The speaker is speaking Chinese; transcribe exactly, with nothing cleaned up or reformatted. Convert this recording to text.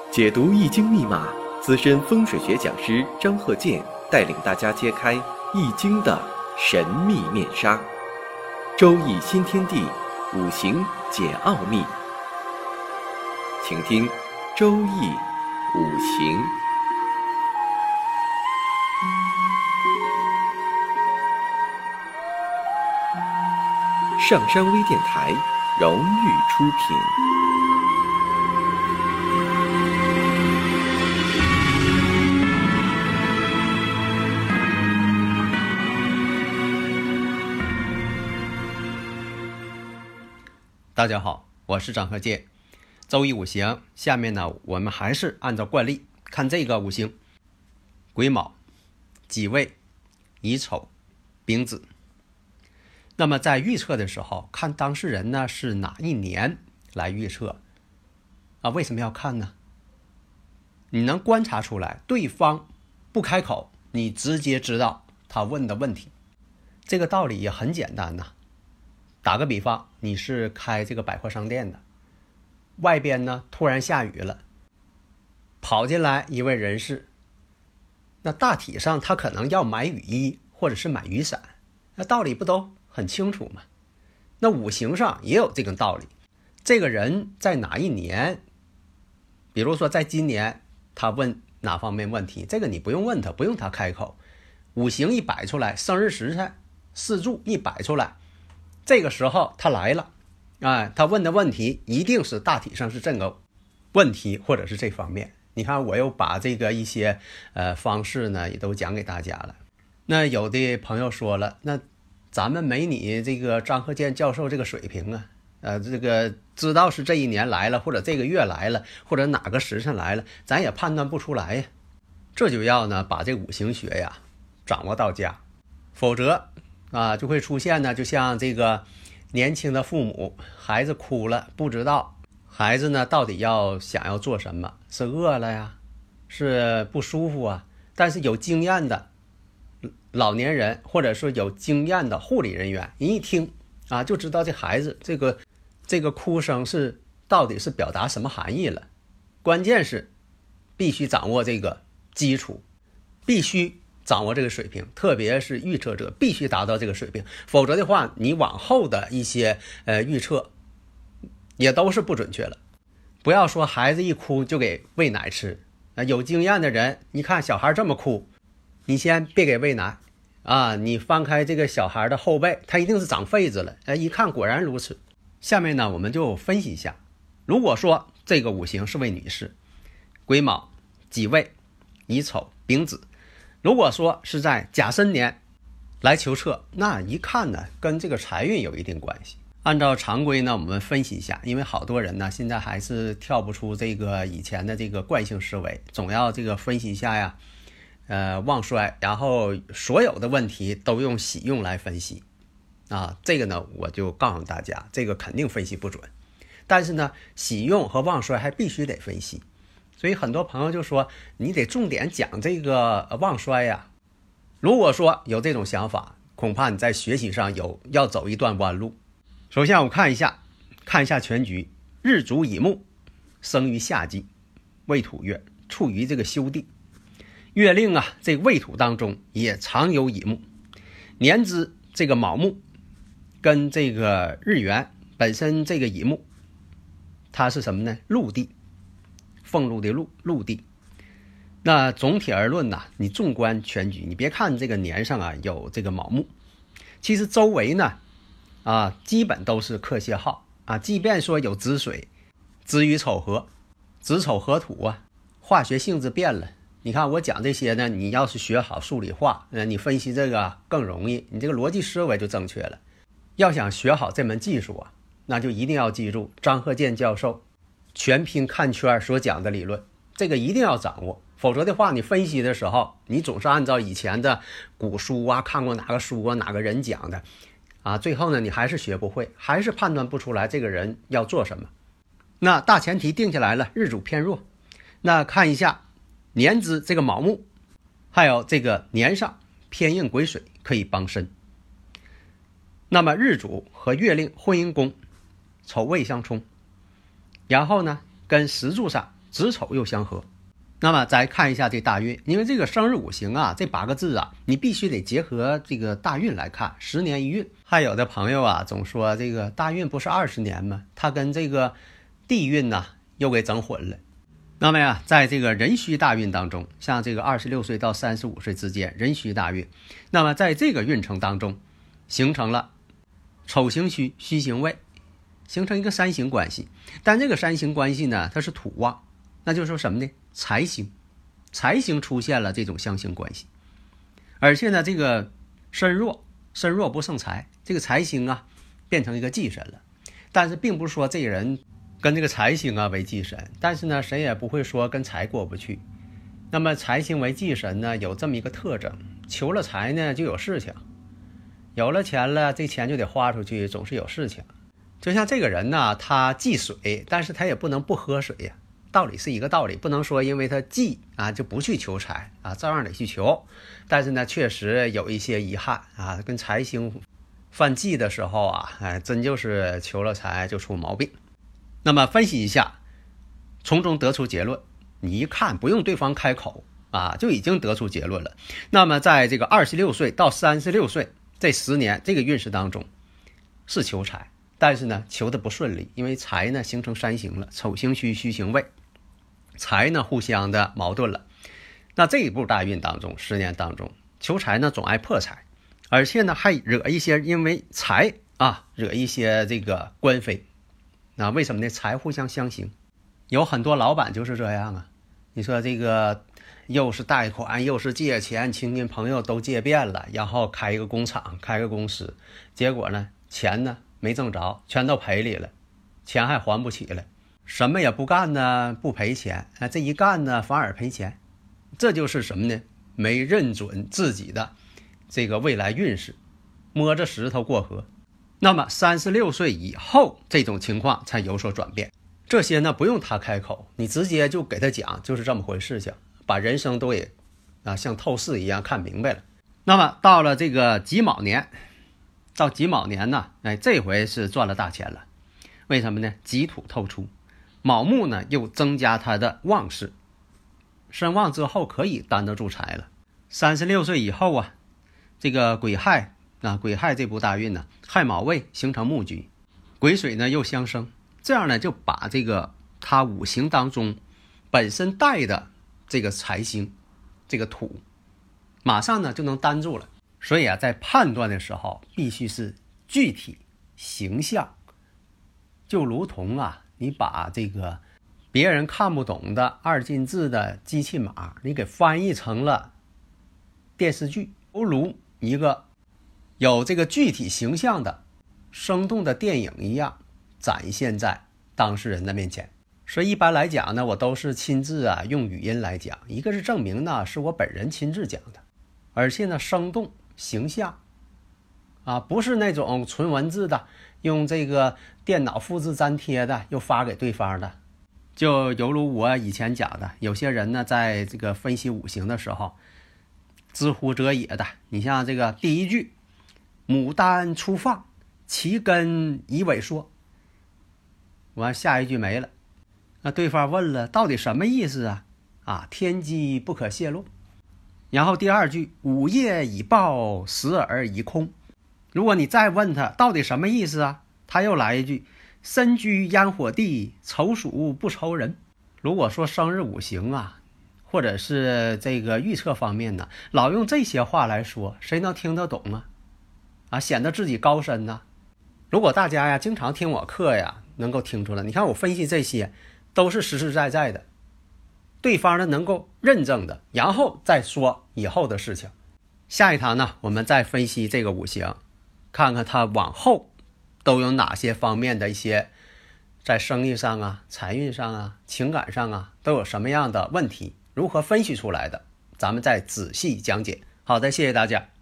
解读易经密码，资深风水学讲师张鹤剑带领大家揭开易经的神秘面纱。周易新天地，五行解奥秘。请听周易五行。上山微电台荣誉出品。 大家好，我是张鹤剑。周易五行，下面呢，我们还是按照惯例看这个五行：癸卯、己未、乙丑、丙子。那么在预测的时候，看当事人呢是哪一年来预测啊？为什么要看呢？你能观察出来，对方不开口，你直接知道他问的问题。这个道理也很简单呐。打个比方，你是开这个百货商店的，外边呢突然下雨了，跑进来一位人士，那大体上他可能要买雨衣或者是买雨伞，那道理不都很清楚吗？那五行上也有这个道理。这个人在哪一年，比如说在今年，他问哪方面问题，这个你不用问他，不用他开口，五行一摆出来，生日时辰四柱一摆出来，这个时候他来了，哎，他问的问题一定是大体上是这个问题，或者是这方面。你看，我又把这个一些呃方式呢也都讲给大家了。那有的朋友说了，那咱们没你这个张鹤剑教授这个水平啊，呃，这个知道是这一年来了，或者这个月来了，或者哪个时辰来了，咱也判断不出来呀。这就要呢把这五行学呀掌握到家，否则啊，就会出现呢，就像这个年轻的父母，孩子哭了，不知道孩子呢到底要想要做什么，是饿了呀，是不舒服啊。但是有经验的老年人，或者说有经验的护理人员，人一听啊，就知道这孩子这个这个哭声是到底是表达什么含义了。关键是必须掌握这个基础，必须掌握这个水平，特别是预测者必须达到这个水平，否则的话，你往后的一些呃预测也都是不准确了。不要说孩子一哭就给喂奶吃，呃、有经验的人，你看小孩这么哭，你先别给喂奶啊！你翻开这个小孩的后背，他一定是长痱子了，呃、一看果然如此。下面呢，我们就分析一下，如果说这个五行是位女士，癸卯、己未、乙丑、丙子。如果说是在甲申年来求测，那一看呢跟这个财运有一定关系。按照常规呢，我们分析一下，因为好多人呢现在还是跳不出这个以前的这个惯性思维，总要这个分析一下呀，呃旺衰，然后所有的问题都用喜用来分析啊。这个呢我就告诉大家，这个肯定分析不准，但是呢喜用和旺衰还必须得分析。所以很多朋友就说，你得重点讲这个旺衰呀。如果说有这种想法，恐怕你在学习上有要走一段弯路。首先我们看一下看一下全局，日主乙木，生于夏季，未土月，处于这个休地。月令啊，这个未土当中也常有乙木。年支这个卯木跟这个日元本身这个乙木，它是什么呢？陆地，俸禄的禄，陆地。那总体而论呢，你纵观全局，你别看这个年上啊有这个卯木，其实周围呢啊基本都是克泄耗啊，即便说有子水，子与丑合，子丑合土啊，化学性质变了。你看我讲这些呢，你要是学好数理化，呃，你分析这个更容易，你这个逻辑思维就正确了。要想学好这门技术啊，那就一定要记住张鹤剑教授全拼看圈所讲的理论，这个一定要掌握，否则的话你分析的时候，你总是按照以前的古书啊，看过哪个书啊，哪个人讲的啊，最后呢你还是学不会，还是判断不出来这个人要做什么。那大前提定下来了，日主偏弱。那看一下年支这个卯木，还有这个年上偏印癸水可以帮身。那么日主和月令婚姻宫丑未相冲，然后呢跟时柱上子丑又相合。那么再看一下这大运，因为这个生日五行啊，这八个字啊，你必须得结合这个大运来看，十年一运。还有的朋友啊，总说这个大运不是二十年吗？他跟这个地运呢又给整混了。那么呀，在这个壬戌大运当中，像这个二十六岁到三十五岁之间，壬戌大运，那么在这个运程当中，形成了丑行戌，戌行未，形成一个三行关系。但这个三行关系呢，它是土旺，那就是说什么呢？财星，财星出现了这种相刑关系，而且呢，这个身弱，身弱不胜财，这个财星啊变成一个忌神了。但是并不是说这个人跟这个财星啊为忌神，但是呢，谁也不会说跟财过不去。那么财星为忌神呢，有这么一个特征，求了财呢就有事情，有了钱了，这钱就得花出去，总是有事情。就像这个人呢，他忌水，但是他也不能不喝水呀。道理是一个道理，不能说因为他忌啊就不去求财啊，照样得去求。但是呢，确实有一些遗憾啊，跟财星犯忌的时候啊，哎，真就是求了财就出毛病。那么分析一下，从中得出结论，你一看不用对方开口啊，就已经得出结论了。那么在这个二十六岁到三十六岁这十年这个运势当中，是求财，但是呢求的不顺利，因为财呢形成三行了，丑行戌，戌行未，财呢互相的矛盾了。那这一步大运当中，十年当中求财呢总爱破财，而且呢还惹一些因为财啊惹一些这个官非。那为什么呢？财互相相刑，有很多老板就是这样啊。你说这个又是贷款又是借钱，亲戚朋友都借遍了，然后开一个工厂开个公司，结果呢钱呢没挣着，全都赔里了，钱还还不起了。什么也不干呢不赔钱，这一干呢反而赔钱。这就是什么呢？没认准自己的这个未来运势，摸着石头过河。那么三十六岁以后这种情况才有所转变。这些呢不用他开口，你直接就给他讲，就是这么回事情，把人生都也啊像透视一样看明白了。那么到了这个己卯年，到己卯年呢，哎，这回是赚了大钱了。为什么呢？己土透出，卯木呢又增加他的旺势，身旺之后可以担得住财了。三十六岁以后啊，这个癸亥啊，癸亥这部大运呢，亥卯未形成木局，癸水呢又相生，这样呢就把这个他五行当中本身带的这个财星，这个土，马上呢就能担住了。所以啊，在判断的时候必须是具体形象，就如同啊，你把这个别人看不懂的二进制的机器码，你给翻译成了电视剧，犹如一个有这个具体形象的生动的电影一样展现在当事人的面前。所以一般来讲呢，我都是亲自啊用语音来讲，一个是证明呢是我本人亲自讲的，而且呢生动形象啊，不是那种纯文字的，用这个电脑复制粘贴的又发给对方的。就犹如我以前讲的，有些人呢在这个分析五行的时候知乎者也的，你像这个第一句牡丹初放，其根已萎缩，完下一句没了。那对方问了，到底什么意思啊？啊，天机不可泄露。然后第二句午夜已报，时而已空。如果你再问他到底什么意思啊，他又来一句身居烟火地，愁属不愁人。如果说生日五行啊，或者是这个预测方面呢，老用这些话来说，谁能听得懂啊？啊，显得自己高深呢。如果大家呀经常听我课呀，能够听出来，你看我分析这些都是实实在在的，对方呢能够认证的，然后再说以后的事情。下一堂呢，我们再分析这个五行，看看它往后都有哪些方面的一些在生意上啊、财运上啊、情感上啊都有什么样的问题，如何分析出来的，咱们再仔细讲解。好的，谢谢大家。